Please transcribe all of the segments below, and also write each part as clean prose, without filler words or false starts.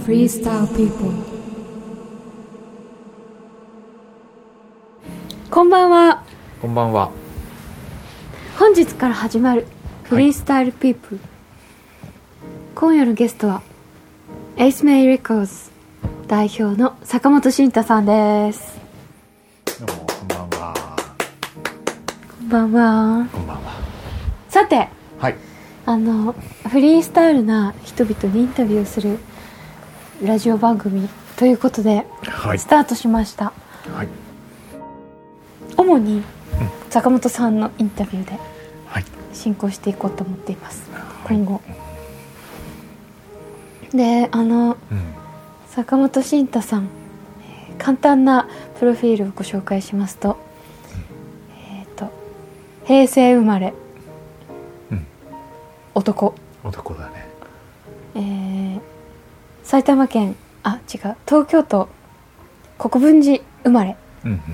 Freestyle People。 こんばんは。 こんばんは。 本日から始まるフリースタイルピープル、今夜のゲストはエイスメイレコーズ代表の坂本慎太さんです。 どうもこんばんは。 こんばんは。 こんばんは。 さて、 はい。 フリースタイルな人々にインタビューするラジオ番組ということで、 はい、 スタートしました。 はい。 主に坂本さんのインタビューで進行していこうと思っています、はい、今後で坂本慎太さん、簡単なプロフィールをご紹介しますと、平成生まれ、男だね。 埼玉県東京都国分寺生まれ、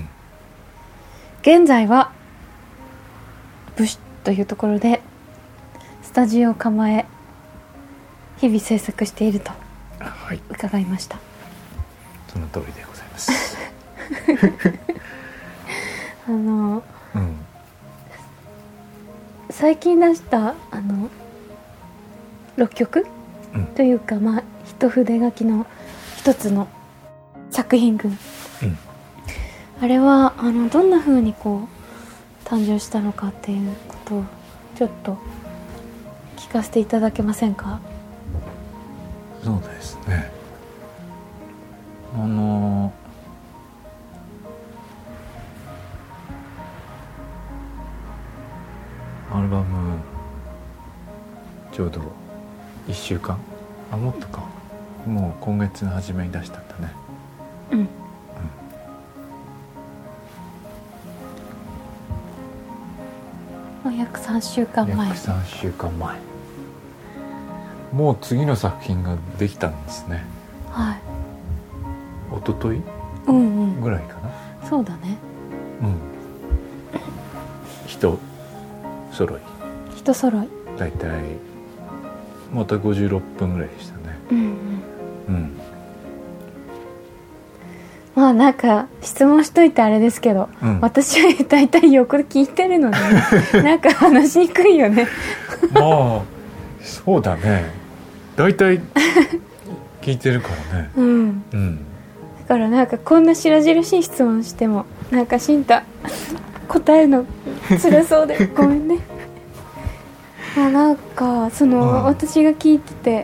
現在は武士というところでスタジオを構え日々制作していると伺いました。 その通りでございます最近出した6曲、というか一筆書きの一つの作品群、あれはどんな風にこう誕生したのかっていうことをちょっと聞かせていただけませんか？ そうですね。アルバムちょうど1週間もっとか、もう今月の初めに出したんだね。 約3週間前。 約3週間前。もう次の作品ができたんですね。 はい。 一昨日ぐらいかな。 そうだね。 人揃い。だいたいまた56分ぐらいでしたね。なんか質問しといてあれですけど、私はだいたい横で聞いてるので、なんか話しにくいよねそうだね。だいたい聞いてるからね。 だからなんかこんな白々しい質問してもなんか慎太答えるの辛そうでごめんねなんか私が聞いてて、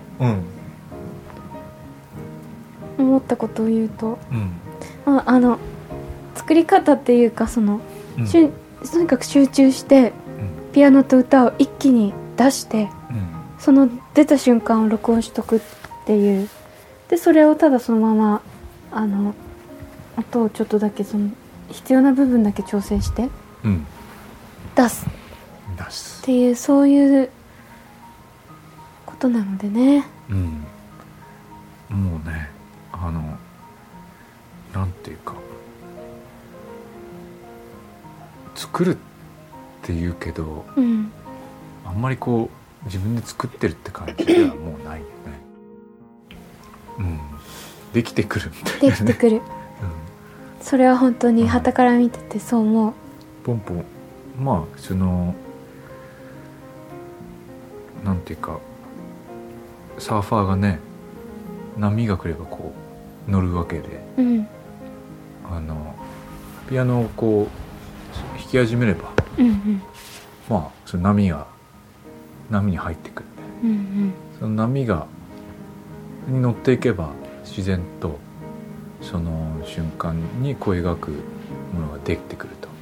思ったことを言うと、作り方っていうかとにかく集中して、ピアノと歌を一気に出して、その出た瞬間を録音しとくっていう。でそれをただそのまま音をちょっとだけ必要な部分だけ調整して、出すっていう、そういうことなのでね。 もうね、なんていうか、作るっていうけど、あんまりこう自分で作ってるって感じではもうないよね。できてくるみたいな、ね、 できてくる、それは本当に傍から見ててそう思う。 ポンポン、なんていうか、サーファーがね、波が来ればこう乗るわけで、ピアノをこう弾き始めれば、その波に入ってくるんで、その波に乗っていけば自然とその瞬間にこう描くものができてくると、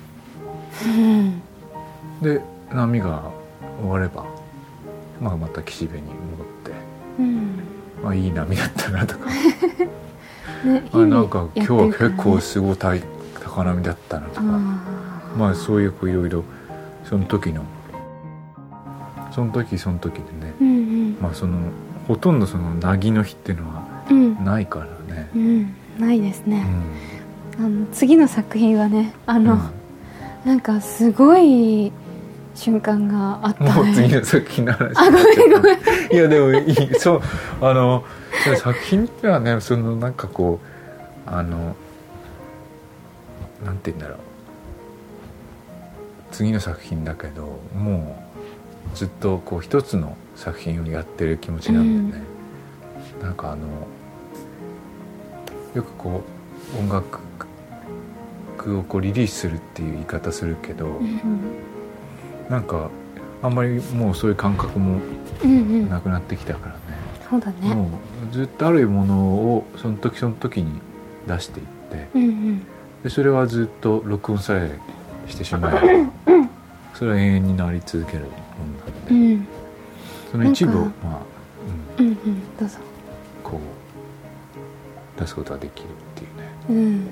で波が終われば、また岸辺に戻って、いい波だったなとかなんか今日は結構すごい高波だったなとか、そういういろいろその時でね、ほとんどその凪の日っていうのはないからね。 ないですね。次の作品はね、なんかすごい瞬間があったね。 もう次の作品の話。 あ、ごめんごめん。 いやでもいい、そう作品ってはね、そのなんかこうなんて言うんだろう、次の作品だけどもうずっとこう一つの作品をやってる気持ちなんでね、なんかよくこう音楽をこうリリースするっていう言い方するけど、なんかあんまりもうそういう感覚もなくなってきたからね、 そうだね、 もうずっとあるものをその時その時に出していって、でそれはずっと録音さえしてしまえばそれは永遠になり続けるものなので、その一部をどうぞこう出すことができるっていうね、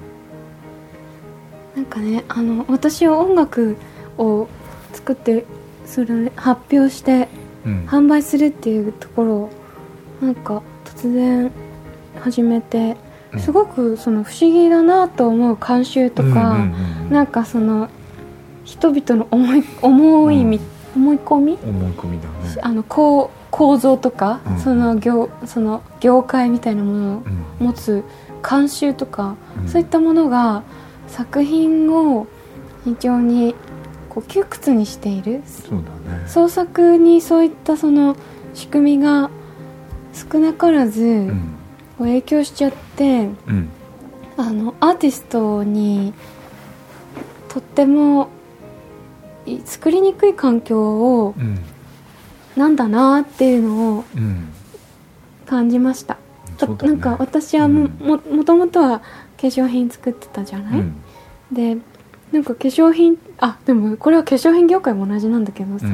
なんかね、私は音楽を作ってそれ発表して販売するっていうところをなんか突然始めて、すごくその不思議だなと思う慣習とか、なんかその人々の思い込みだね、構造とか、その業界みたいなものを持つ慣習とか、そういったものが作品を非常にこう窮屈にしている。 そうだね、 創作にそういったその仕組みが少なからず影響しちゃって、アーティストにとっても作りにくい環境をなんだなっていうのを感じました。なんか私はもともとは化粧品作ってたじゃない、でなんか化粧品、でもこれは化粧品業界も同じなんだけどさ、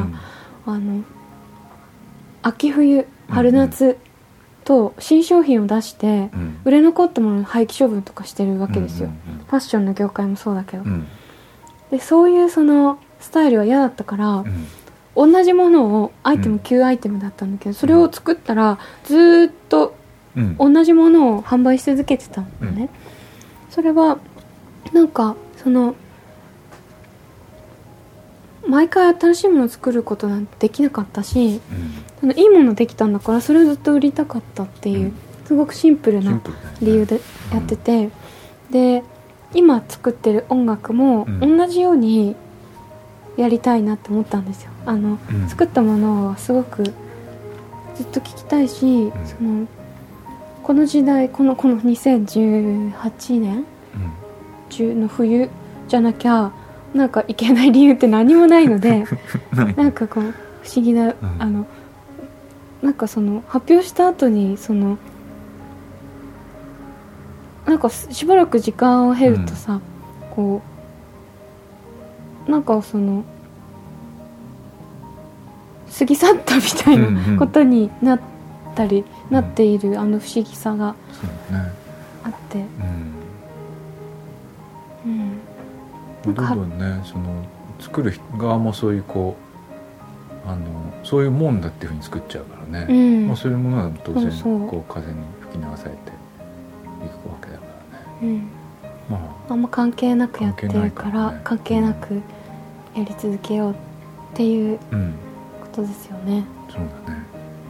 秋冬春夏と新商品を出して、売れ残ったものを廃棄処分とかしてるわけですよ、ファッションの業界もそうだけど、でそういうそのスタイルは嫌だったから、同じものをアイテム9アイテムだったんだけど、それを作ったらずっと同じものを販売し続けてたのね、それはなんかその毎回新しいものを作ることなんてできなかったし、いいものできたんだからそれをずっと売りたかったっていう、すごくシンプルな理由でやってて、で今作ってる音楽も同じようにやりたいなって思ったんですよ。作ったものはすごくずっと聴きたいし、そのこの時代この2018年の冬じゃなきゃなんかいけない理由って何もないのでなんかこう不思議な、なんかその発表した後にそのなんかしばらく時間を経るとさ、こうなんかその過ぎ去ったみたいなことになったり、なっている不思議さがあって、 どんどんね、その作る側もそういうこうそういうもんだっていうふうに作っちゃうからね、もうそういうものは当然こう風に吹き流されていくわけだからね、 あんま関係なくやってるから関係なくやり続けようっていうことですよね。 そうだね。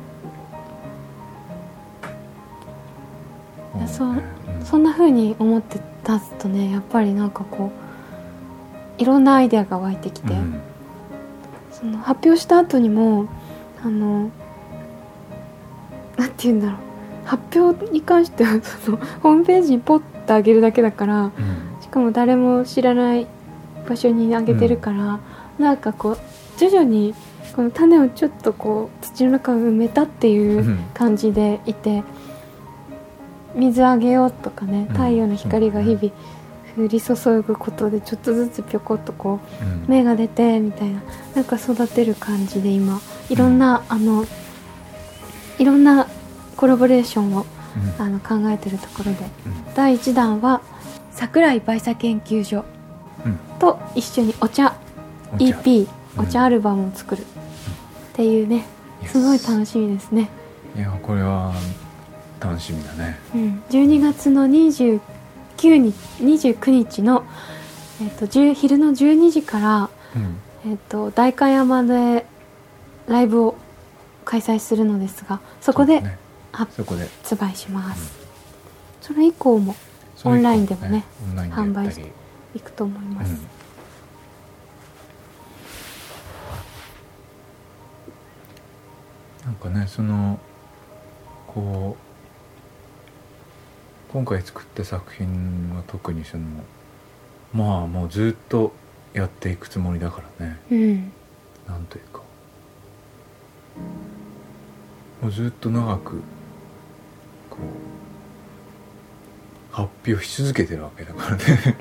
そんな風に思って出すとね、やっぱりなんかこういろんなアイデアが湧いてきて、その発表した後にもなんて言うんだろう、発表に関してはそのホームページにポッと上げるだけだから、しかも誰も知らない場所に上げてるから、なんかこう徐々にこの種をちょっとこう土の中を埋めたっていう感じでいて、水あげようとかね、太陽の光が日々降り注ぐことでちょっとずつぴょこっとこう芽が出てみたいな、なんか育てる感じで今いろんなコラボレーションを考えてるところで、第1弾は桜井バイサ研究所と一緒にお茶 EP お茶アルバムを作るっていうね、すごい楽しみですね。 いやこれは楽しみだね。 12月の29日の、昼の12時から、 代官山でライブを開催するのですが、そこで発売します。それ以降もオンラインでもね、販売していくと思います。 なんかね、そのこう今回作った作品は特にそのまあもうずっとやっていくつもりだからね、なんというかもうずっと長くこう発表し続けてるわけだからね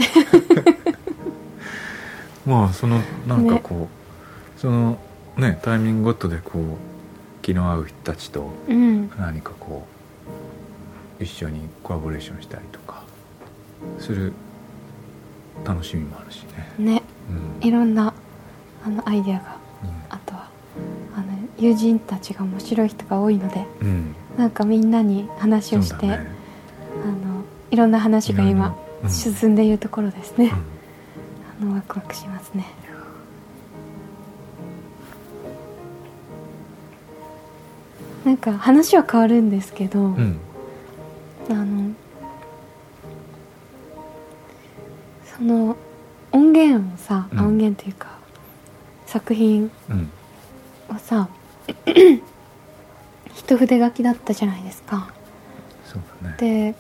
まあそのなんかこう、そのねタイミングごとでこう気の合う人たちと何かこう一緒にコラボレーションしたりとかする楽しみもあるしね。 いろんなアイデアが、あとは友人たちが面白い人が多いので、なんかみんなに話をして、いろんな話が今進んでいるところですね。ワクワクしますね。なんか話は変わるんですけど、その音源をさ、音源というか作品をさ、一筆書きだったじゃないですか。 そうだね。 で、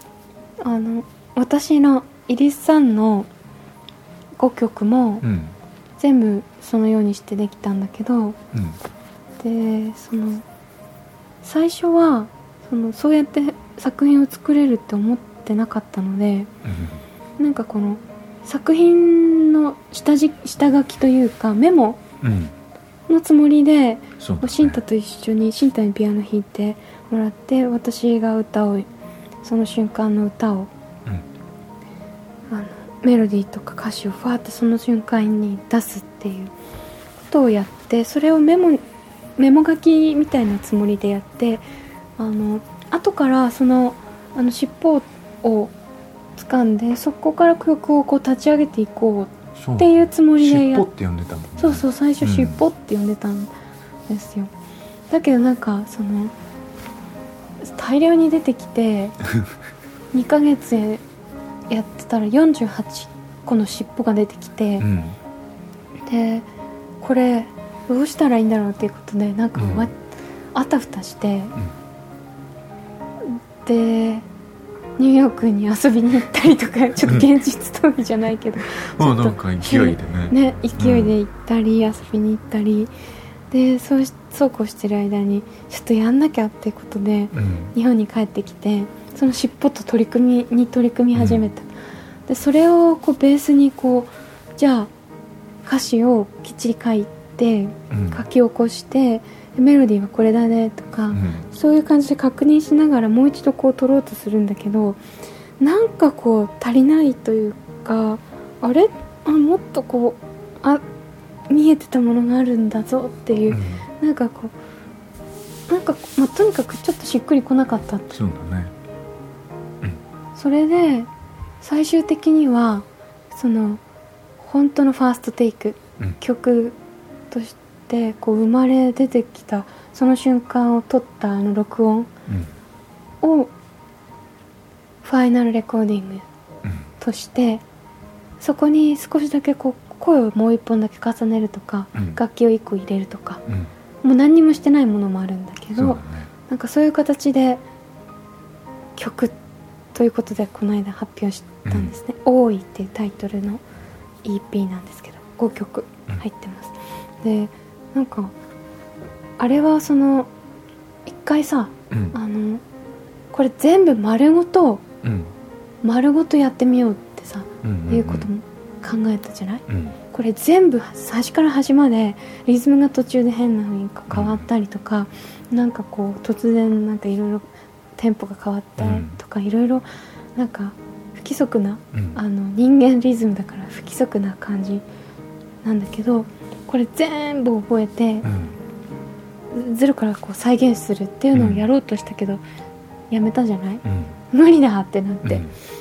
私のイリスさんの5曲も全部そのようにしてできたんだけど、でその最初はそうやって作品を作れるって思ってなかったので、なんかこの作品の下書きというかメモのつもりで、シンタと一緒にシンタにピアノ弾いてもらって、私が歌をその瞬間の歌を、メロディーとか歌詞をファーってその瞬間に出すっていうことをやって、それをメモ書きみたいなつもりでやって、後からその尻尾を掴んで、そこから曲をこう立ち上げていこうっていうつもりで尻尾って呼んでたもんね。 そうそう、最初尻尾って呼んでたんですよ。だけどなんかその大量に出てきて2ヶ月やってたら48個の尻尾が出てきて、でこれどうしたらいいんだろうっていうことでなんかあたふたして、でニューヨークに遊びに行ったりとか、ちょっと現実逃避じゃないけどなんか勢いでね勢いで行ったり、遊びに行ったりで、そうこうしてる間にちょっとやんなきゃっていうことで、日本に帰ってきて、その尻尾と取り組み始めた、でそれをこうベースにこう、じゃあ歌詞をきっちり書いて、書き起こして、メロディーはこれだねとか、そういう感じで確認しながらもう一度こう取ろうとするんだけど、なんかこう足りないというか、もっとこう見えてたものがあるんだぞっていう、なんかとにかくちょっとしっくりこなかったって。 そうだね。 それで最終的にはその本当のファーストテイク、曲としてこう生まれ出てきたその瞬間を撮った録音をファイナルレコーディングとして、そこに少しだけこう声をもう一本だけ重ねるとか、楽器を一個入れるとか、もう何にもしてないものもあるんだけど、なんかそういう形で曲ということでこの間発表したんですね。多いっていうタイトルの EP なんですけど、5曲入ってます。でなんかあれはその一回さ、これ全部丸ごとやってみようってさ、いうことも考えたじゃない、これ全部端から端までリズムが途中で変な風に変わったりとか、なんかこう突然なんかいろいろテンポが変わったりとか、いろいろなんか不規則な、人間リズムだから不規則な感じなんだけど、これ全部覚えて、ゼロからこう再現するっていうのをやろうとしたけど、やめたじゃない、無理だってなって、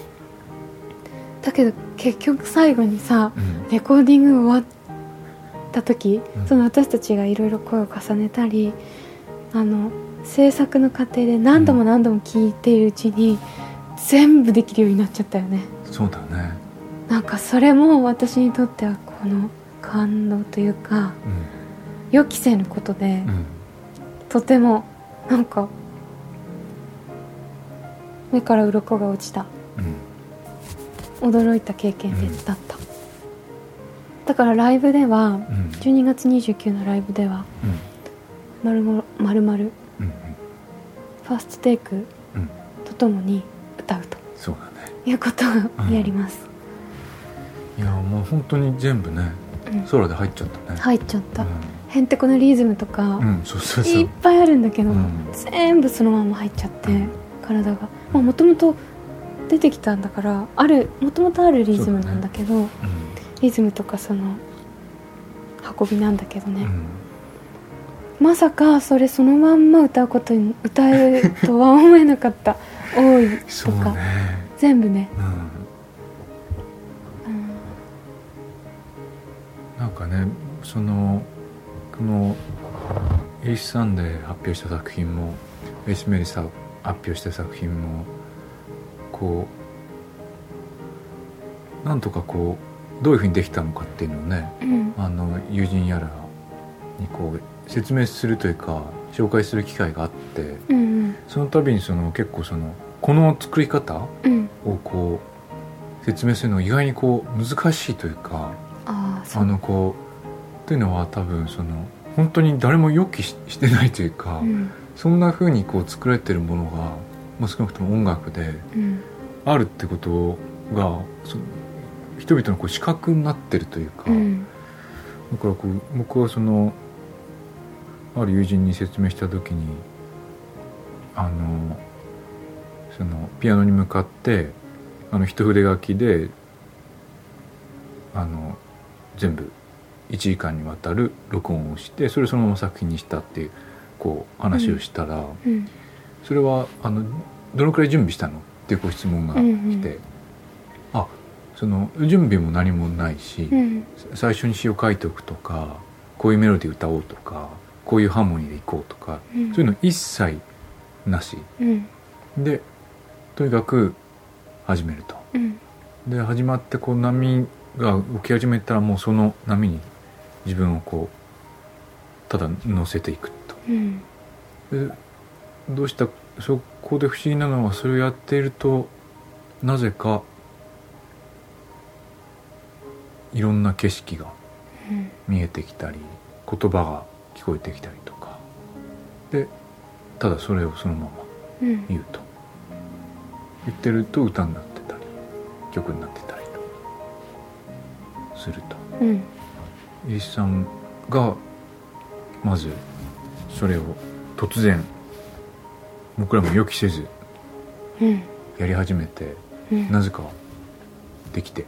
だけど結局最後にさ、レコーディング終わった時、その私たちがいろいろ声を重ねたり制作の過程で何度も何度も聞いているうちに全部できるようになっちゃったよね。 そうだね。 なんかそれも私にとってはこの感動というか、予期せぬことで、とてもなんか目から鱗が落ちた、驚いた経験だった、だからライブでは、12月29のライブでは、まるまるファーストテイクとともに歌うと、 そうだね、 いうことをやります、 いやもう本当に全部ね、ソロで入っちゃったね。 入っちゃった、へんてこなリズムとか、 そういっぱいあるんだけど、全部そのまま入っちゃって、体がもともと出てきたんだからもともとあるリズムなんだけど、リズムとかその運びなんだけどね、まさかそのまんま歌うとは思えなかった多いとか、全部ね、 なんかね、このエイスサンデー発表した作品もエイスメリサ発表した作品もこうなんとかこうどういうふうにできたのかっていうのをね、友人やらにこう説明するというか紹介する機会があって、その度に結構この作り方をこう説明するのが意外にこう難しいというか、こうというのは多分本当に誰も予期してないというか、そんな風にこう作られてるものが、少なくとも音楽であるってことが、人々のこう視覚になってるというか、だからこう僕はある友人に説明した時にピアノに向かって一筆書きで全部1時間にわたる録音をして、それをそのまま作品にしたっていうこう話をしたら、それはどのくらい準備したのっていうご質問が来て、準備も何もないし、最初に詩を書いておくとか、こういうメロディー歌おうとか、こういうハーモニーでいこうとか、そういうの一切なし、でとにかく始めると、で始まってこう波が起き始めたら、もうその波に自分をこうただ乗せていくと、でどうしたそこで不思議なのは、それをやっているとなぜかいろんな景色が見えてきたり、言葉が聞こえてきたりとかで、ただそれをそのまま言うと、言ってると歌になってたり曲になってたりとすると、エイスさんがまずそれを突然僕らも予期せずやり始めて、なぜかできて、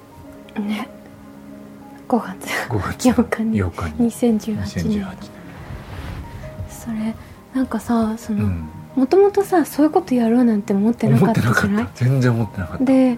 5月8日に2018年、それなんかさ、もともとさ、そういうことやろうなんて思ってなかったじゃない？ 全然思ってなかった。 で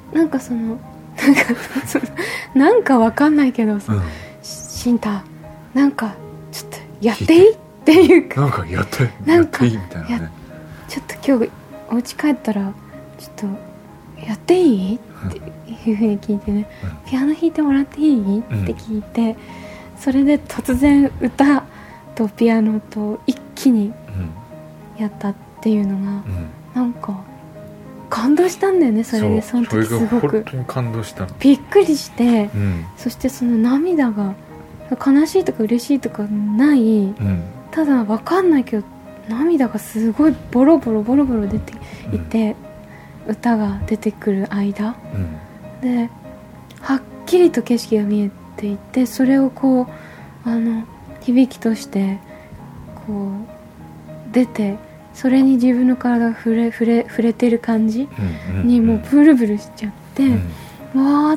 なんかわかんないけどさ、シンタなんかちょっとやっていいっていうか、 なんかやっていいみたいなね、 ちょっと今日お家帰ったらちょっとやっていいっていうふうに聞いてね、ピアノ弾いてもらっていいって聞いて、それで突然歌とピアノと一気にやったっていうのが、なんか感動したんだよね。それでその時すごく本当に感動したの、 びっくりして、そしてその涙が悲しいとか嬉しいとかない、ただ分かんないけど涙がすごいボロボロ出ていて、歌が出てくる間、ではっきりと景色が見えていて、それをこう響きとしてこう出て、それに自分の体が触れてる感じにもうブルブルしちゃって、わーって、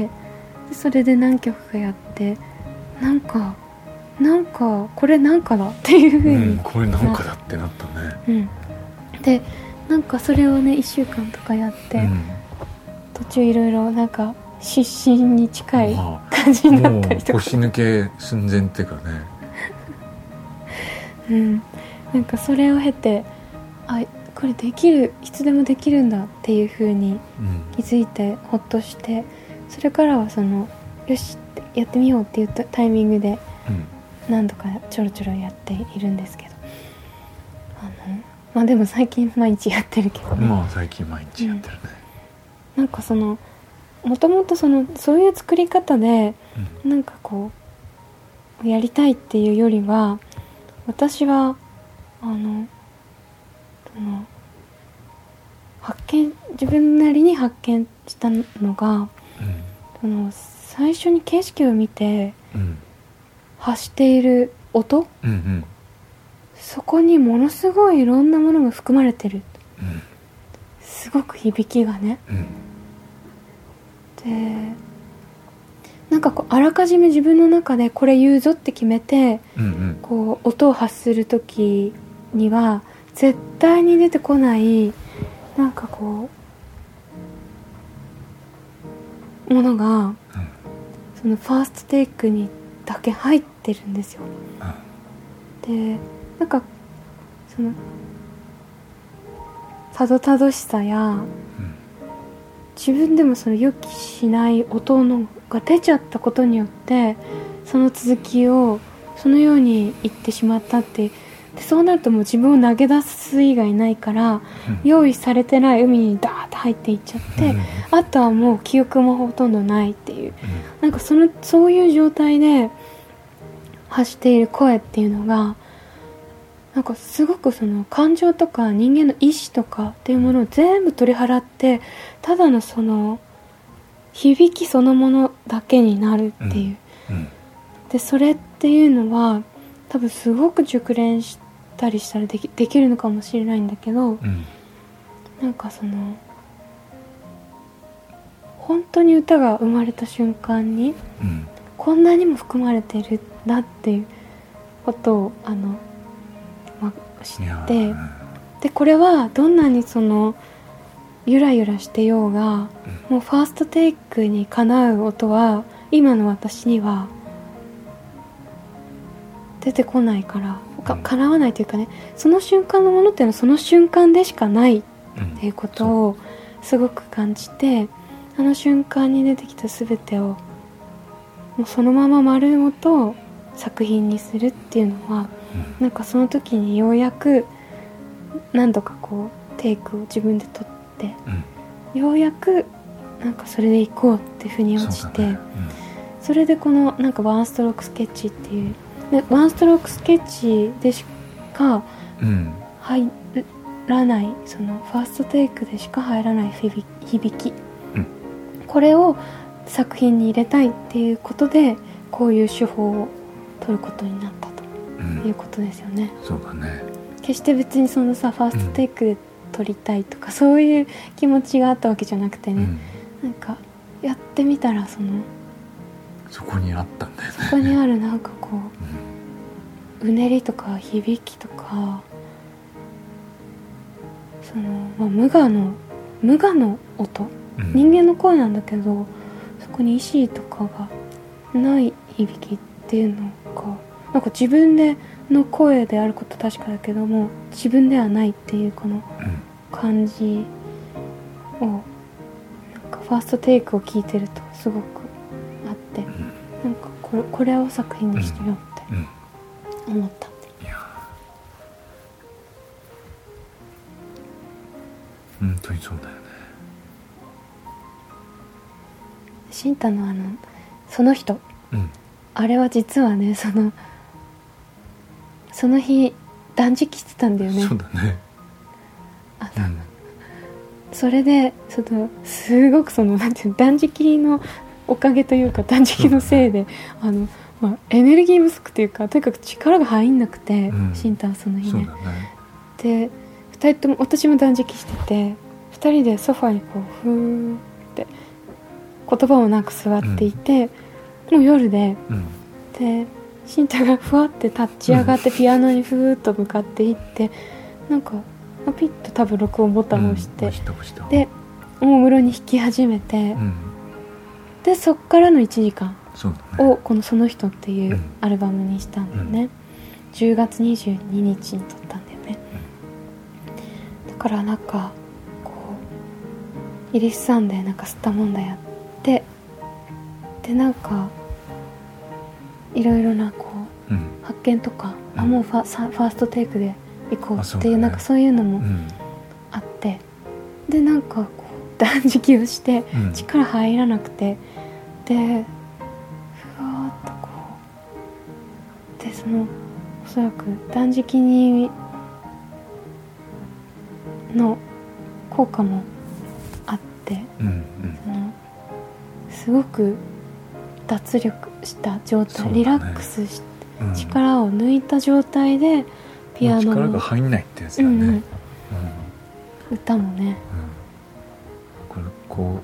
それで何曲かやって、なんかこれなんかだっていう風に、 これなんかだってなったね、 でなんかそれをね1週間とかやって、途中いろいろなんか失神に近い感感じになったりとか、 もう腰抜け寸前っていうかねなんかそれを経て、これできる、いつでもできるんだっていう風に気づいてほっとして、それからはよしやってみようっていうタイミングで何度かちょろちょろやっているんですけど、でも最近毎日やってるけどね。 最近毎日やってるね、 なんかもともとそういう作り方で、なんかこうやりたいっていうよりは、私は自分なりに発見したのが、最初に景色を見て発している音、そこにものすごいいろんなものが含まれてる、すごく響きがね、でなんかこうあらかじめ自分の中でこれ言うぞって決めて、こう音を発する時には絶対に出てこないなんかこうものが、そのファーストテイクにだけ入ってるんですよ。でなんかたどたどしさや、自分でも予期しない音が出ちゃったことによって、その続きをそのように言ってしまったって、でそうなるともう自分を投げ出す以外ないから、用意されてない海にダーッと入っていっちゃって、あとはもう記憶もほとんどないっていう、なんかそういう状態で発している声っていうのが、なんかすごく感情とか人間の意志とかっていうものを全部取り払って、ただの響きそのものだけになるっていう、でそれっていうのは多分すごく熟練したりしたらできるのかもしれないんだけど、なんか本当に歌が生まれた瞬間に、こんなにも含まれてるんだっていうことを知って、でこれはどんなにゆらゆらしてようが、もうファーストテイクにかなう音は今の私には出てこないから、かなわないというかね、その瞬間のものっていうのはその瞬間でしかないっていうことをすごく感じて、あの瞬間に出てきた全てをもうそのまま丸ごと作品にするっていうのは、なんかその時にようやく何度かこうテイクを自分で撮って、ようやくなんかそれでいこうっていうふうに落ちて、それでこのなんかワンストロークスケッチっていう、でワンストロークスケッチでしか入らない、そのファーストテイクでしか入らない響き、これを作品に入れたいっていうことで、こういう手法を取ることになったということですよね。 そうだね。 決して別にファーストテイクで撮りたいとか、そういう気持ちがあったわけじゃなくてね、なんかやってみたらそこにあったんだよね。 そこにあるなんかこう、うねりとか響きとか、無我の音、人間の声なんだけど、そこに意志とかがない響きっていうのが、なんか自分での声であること確かだけども、自分ではないっていうこの感じを、なんかファーストテイクを聞いてるとすごくあって、なんかこれを作品にしてよって思った。 いや本当にそうだよね。 シンタのその人、あれは実はね、その日断食してたんだよね。 そうだね。 それですごくなんていう断食のおかげというか、断食のせいでエネルギー不足というか、とにかく力が入んなくて、シンタはその日ね。で2人とも、私も断食してて、2人でソファにこうふーって言葉もなく座っていて、もう夜で、でシンタがふわって立ち上がってピアノにふーっと向かっていって、なんかピッと多分録音ボタンを押して、でおもむろに弾き始めて、 でそっからの1時間そうだ、ね、 をこのその人っていうアルバムにしたんだよね、10月22日に撮ったんだよね、だからなんかこうイリスさんでなんか吸ったもんだやってでなんかいろいろなこう、発見とか、もうファーストテイクで行こうっていう、なんかそういうのもあって、でなんかこう断食をして力入らなくて、でふわーっとこうでそのおそらく断食にの効果もあって、そのすごく脱力した状態、リラックスして、力を抜いた状態でピアノ力が入んないってやつだね、 歌もね、 これこ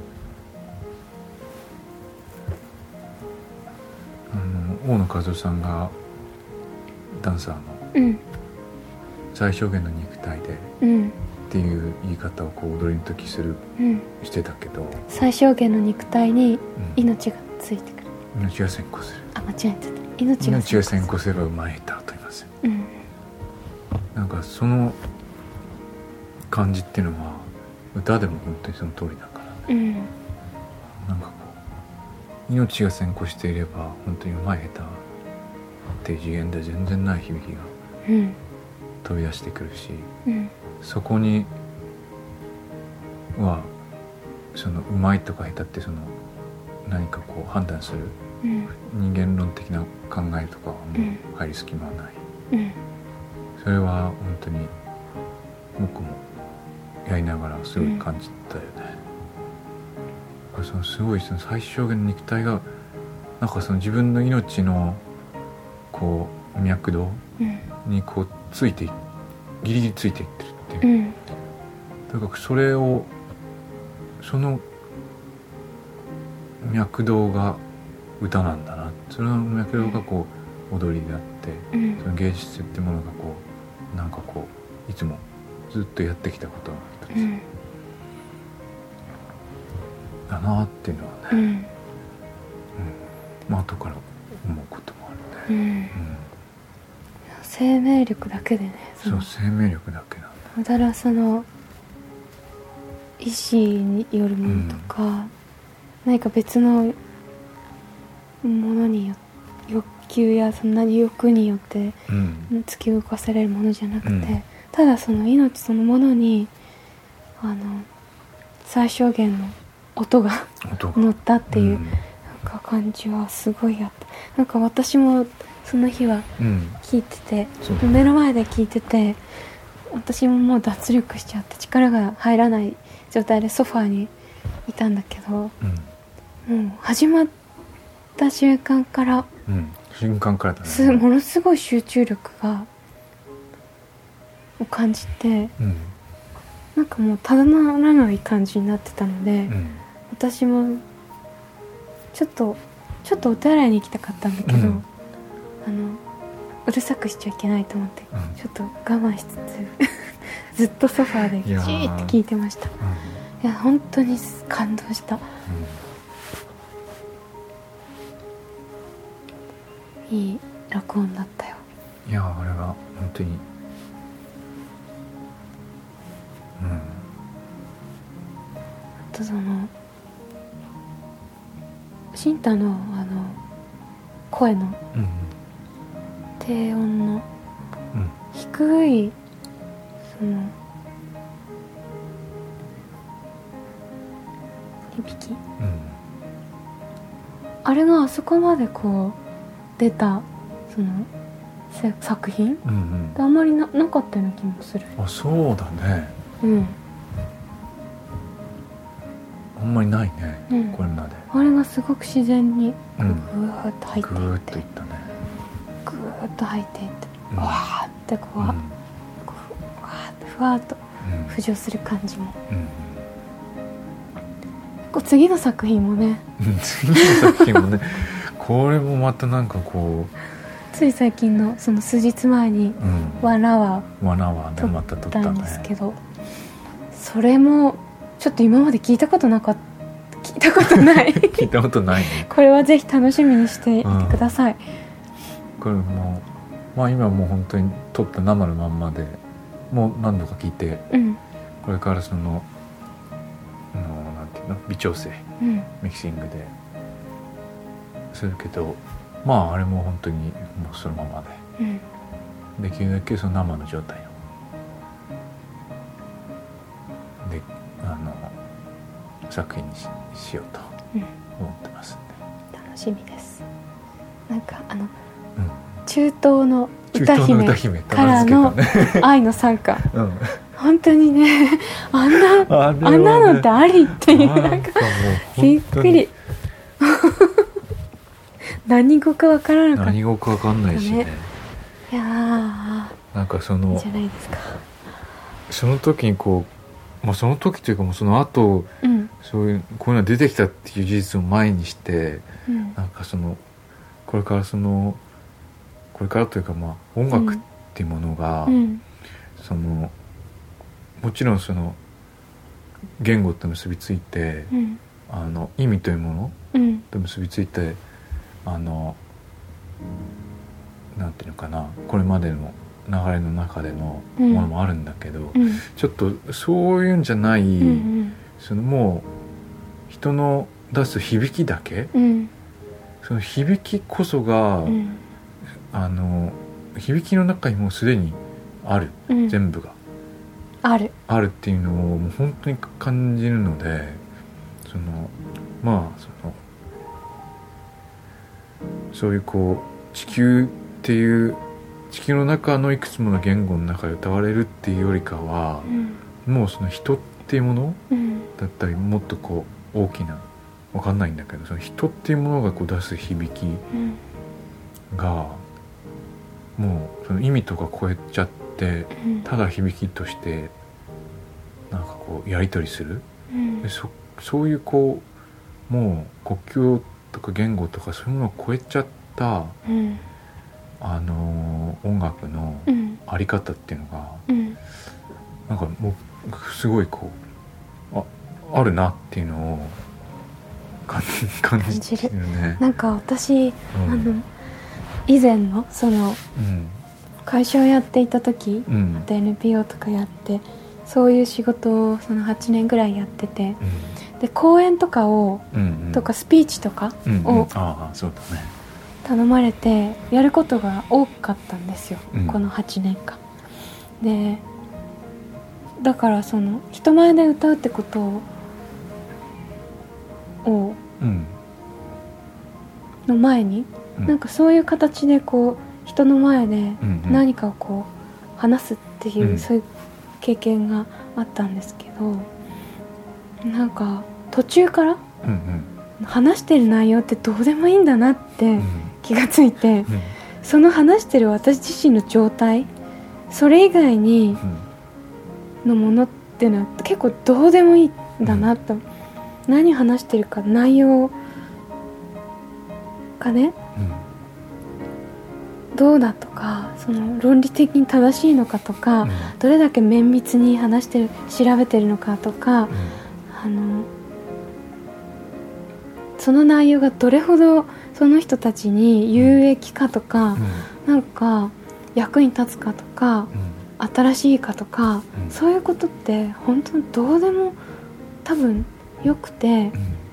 う大野和夫さんがダンサーの最小限の肉体で、っていう言い方をこう踊りの時してたけど、 最小限の肉体に命がついてくる、 命が先行する、 間違えてた、命が先行すれば生まれたと言います、なんかその感じっていうのは歌でも本当にその通りだから、なんかこう命が先行していれば本当にうまい下手っていう次元で全然ない響きが飛び出してくるし、そこにはそのうまいとか下手ってその何かこう判断する、人間論的な考えとかはもう入り隙間はない、それは本当に僕もやりながらすごい感じたよね、そのすごいその最小限の肉体がなんかその自分の命のこう脈動にこうついてギリギリついていってるっていう、だからそれをその脈動が歌なんだな、その脈動がこう踊りであって、その芸術ってものがこうなんかこういつもずっとやってきたことの一つ、だなっていうのはね、後から思うこともあるね、 生命力だけでね、 そう生命力だけなんだ、 だからその意志によるものとか、何か別のものに欲求やそんなに欲によって突き動かされるものじゃなくて、ただその命そのものに最小限の音が乗ったっていう、なんか感じはすごいあった。なんか私もその日は聞いてて、目の前で聞いてて、私ももう脱力しちゃって力が入らない状態でソファーにいたんだけど、もう始まった瞬間から、 瞬間からだね、 ものすごい集中力を感じて、なんかもうただならない感じになってたので、私もちょっとお手洗いに行きたかったんだけど、うるさくしちゃいけないと思って、ちょっと我慢しつつずっとソファーでじーって聞いてました。いや本当に感動した、いい録音だったよ。 いやあれは本当にあとそのシンタの声の低音の低いその響き、あれがあそこまでこう出たその作品、ってあんまり なかったような気もする。 あ、そうだね、あんまりないね、これまで。 あれがすごく自然にぐーっと入っていって、 ぐーっといったね、 ぐーっと入っていって、わーってこう、わーってふわーっと浮上する感じも、次の作品もね次の作品もねこれもまたなんかこうつい最近のその数日前にワナはでまた撮ったんですけど、それもちょっと今まで聞いたことなかった、 聞いたことない聞いたことないね。 これはぜひ楽しみにしていてください、 これもまあ今もう本当に撮った生のまんまでもう何度か聞いて、これからそのなんていうの微調整、ミキシングでするけど、まああれも本当にもうそのままで、できるだけその生の状態をで作品に しようと思ってますんで、 楽しみです。なんか中東の歌姫からの愛の賛歌、本当にね、あんなのってありっていう、なんかびっくり何語か分からなかった。 何語か分かんないしね。 いやなんかそのじゃないですか。 その時にこう、まあ、その時というかもうその後、そういうこういうのが出てきたっていう事実を前にして、なんかそのこれからというか、まあ音楽っていうものが、そのもちろんその言語と結びついて、意味というものと結びついて、なんていうのかな、これまでの流れの中でのものもあるんだけど、ちょっとそういうんじゃない、そのもう人の出す響きだけ、その響きこそが、響きの中にもうすでにある、全部があるっていうのをもう本当に感じるので、そのまあそういうこう地球っていう地球の中のいくつもの言語の中で歌われるっていうよりかは、もうその人っていうものだったり、もっとこう大きな、分かんないんだけど、その人っていうものがこう出す響きが、もうその意味とか超えちゃって、ただ響きとしてなんかこうやり取りする、でそういうこうもう国境とか言語とかそういうものを超えちゃった、音楽のあり方っていうのが、なんかもうすごいこうあるなっていうのを感じるね。 なんか私、以前のその、会社をやっていた時、あと NPO とかやって、そういう仕事をその8年ぐらいやってて、で講演とかを、とかスピーチとかを頼まれてやることが多かったんですよ、この8年間で。だからその人前で歌うってことを、の前に、なんかそういう形でこう人の前で何かをこう話すっていう、そういう経験があったんですけど、なんか途中から話してる内容ってどうでもいいんだなって気がついて、その話してる私自身の状態、それ以外にのものっていうのは結構どうでもいいんだなと、何話してるか内容がね、どうだとか、その論理的に正しいのかとか、どれだけ綿密に話してる調べてるのかとか、その内容がどれほどその人たちに有益かとか、なんか役に立つかとか、新しいかとか、そういうことって本当にどうでも多分よくて、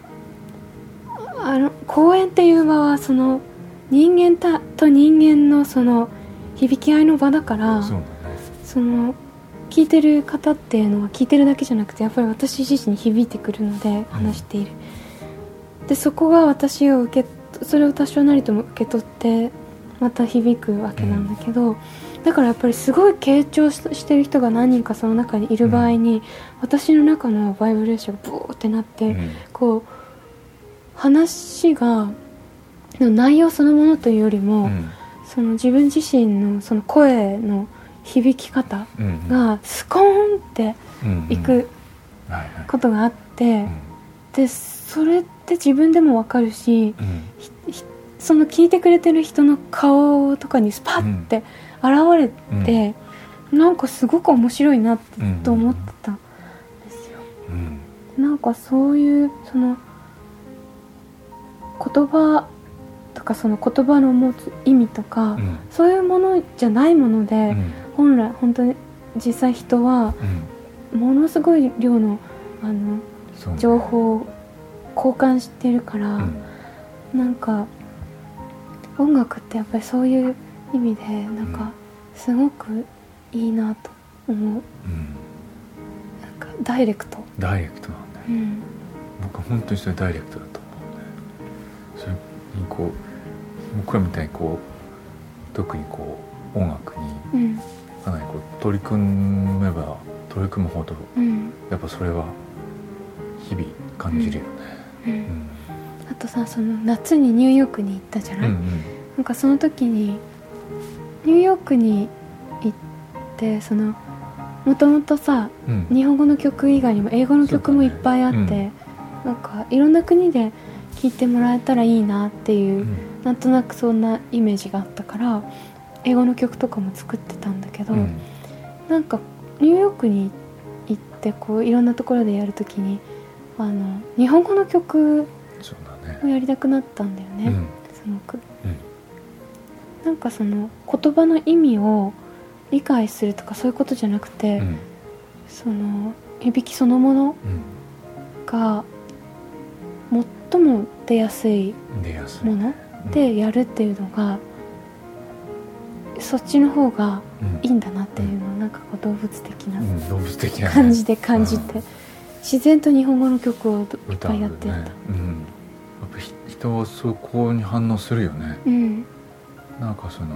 公演っていう場はその人間と人間のその響き合いの場だから、その聞いてる方っていうのは聞いてるだけじゃなくて、やっぱり私自身に響いてくるので、話している、でそこが私をそれを多少なりとも受け取ってまた響くわけなんだけど、だからやっぱりすごい傾聴してる人が何人かその中にいる場合に、私の中のバイブレーションがブーってなって、こう話が内容そのものというよりも、その自分自身のその声の響き方がスコーンっていくことがあって、でそれって自分でも分かるし、その聞いてくれてる人の顔とかにスパッて現れて、なんかすごく面白いなってと思ってたんですよ、なんかそういうその言葉とかその言葉の持つ意味とか、そういうものじゃないもので、本当に実際人はものすごい量の情報を交換してるから、なんか音楽ってやっぱりそういう意味でなんかすごくいいなと思う、なんかダイレクトなんだよ、 僕は本当にそれダイレクトだと思うね。それにこう僕らみたいにこう特にこう音楽にかなりこう取り組むほど、やっぱそれは日々感じるよね。 あとさ、その夏にニューヨークに行ったじゃない、なんかその時にニューヨークに行ってもともとさ、日本語の曲以外にも英語の曲もいっぱいあって、なんかいろんな国で聴いてもらえたらいいなっていう、なんとなくそんなイメージがあったから英語の曲とかも作ってたんだけど、なんかニューヨークに行ってこういろんなところでやるときに日本語の曲をやりたくなったんだよね、すごく、なんかその言葉の意味を理解するとかそういうことじゃなくて、その響きそのものが最も出やすいものでやるっていうのが、そっちの方がいいんだなっていうのをなんかこう動物的な感じで感じて、自然と日本語の曲をいっぱいやってた。やっぱ人はそこに反応するよね。なんかその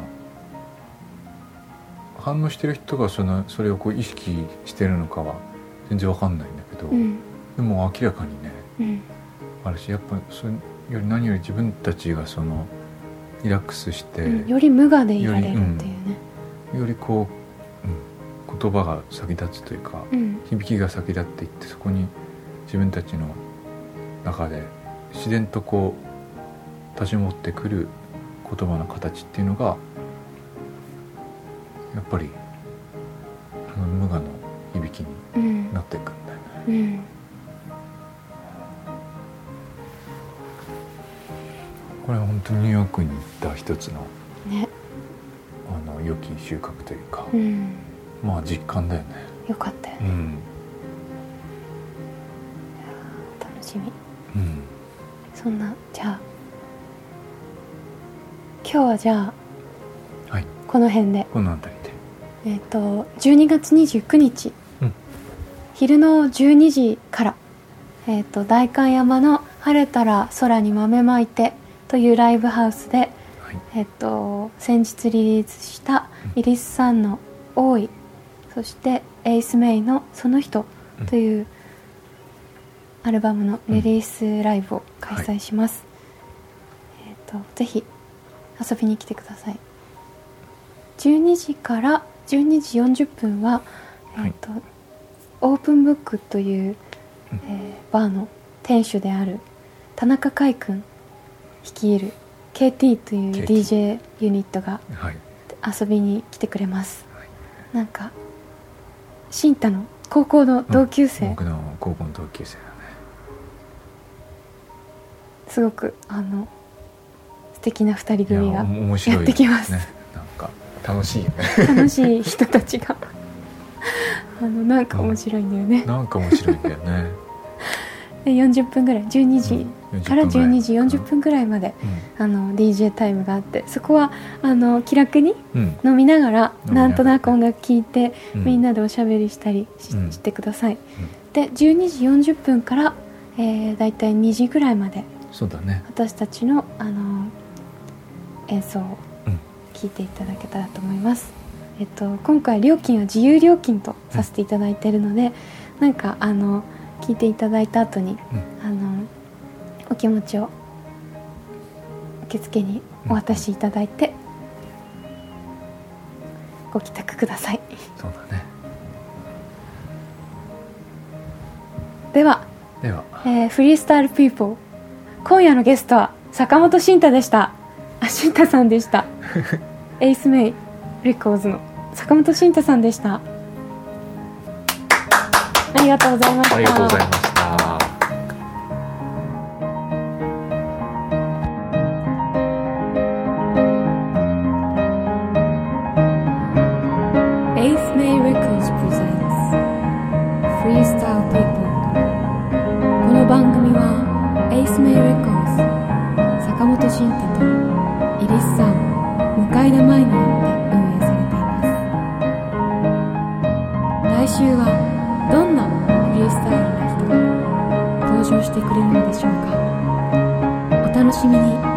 反応してる人がそれをこう意識してるのかは全然わかんないんだけど、でも明らかにね、あるし、やっぱそれより何より自分たちがそのリラックスして、 より無我でいられるっていうね、 よりこう、言葉が先立つというか、響きが先立っていって、そこに自分たちの中で自然とこう立ち持ってくる言葉の形っていうのがやっぱり無我の響きになっていくんだよね。これは本当にニューヨークに行った一つの、良き収穫というか、まあ実感だよね。 よかったよね、楽しみ、そんな、じゃあ今日はじゃあ、この辺で、 この辺りで 12月29日、昼の12時から、代官山の晴れたら空に豆まいてというライブハウスで、先日リリースしたイリスさんの多い、そしてエイスメイのその人というアルバムのリリースライブを開催します、ぜひ遊びに来てください。12時から12時40分は、オープンブックという、バーの店主である田中海君率いる KT という DJ ユニットが遊びに来てくれます、なんか新太の高校の同級生、 僕の高校の同級生だね。 すごく素敵な2人組がやってきます。 なんか楽しいよね。 楽しい人たちがなんか面白いんだよね、 なんか面白いんだよね。 で40分ぐらい、12時から12時40分ぐらいまで、DJ タイムがあって、そこは気楽に飲みながら、なんとなく音楽聴いて、みんなでおしゃべりしたり してください、で12時40分から、だいたい2時ぐらいまで、 そうだね、 私たちの、演奏を聴いていただけたらと思います、今回料金は自由料金とさせていただいているので、なんか聞いていただいた後に、お気持ちを受付にお渡しいただいて、ご帰宅ください。 そうだね。 では、フリースタイルピーポー、今夜のゲストは坂本慎太でした。慎太さんでしたエイスメイレコーズの坂本慎太さんでした。ありがとうございました。 ありがとうございました。 リスさん向田舞によって運営されています。来週はどんなフリースタイルな人が登場してくれるのでしょうか。お楽しみに。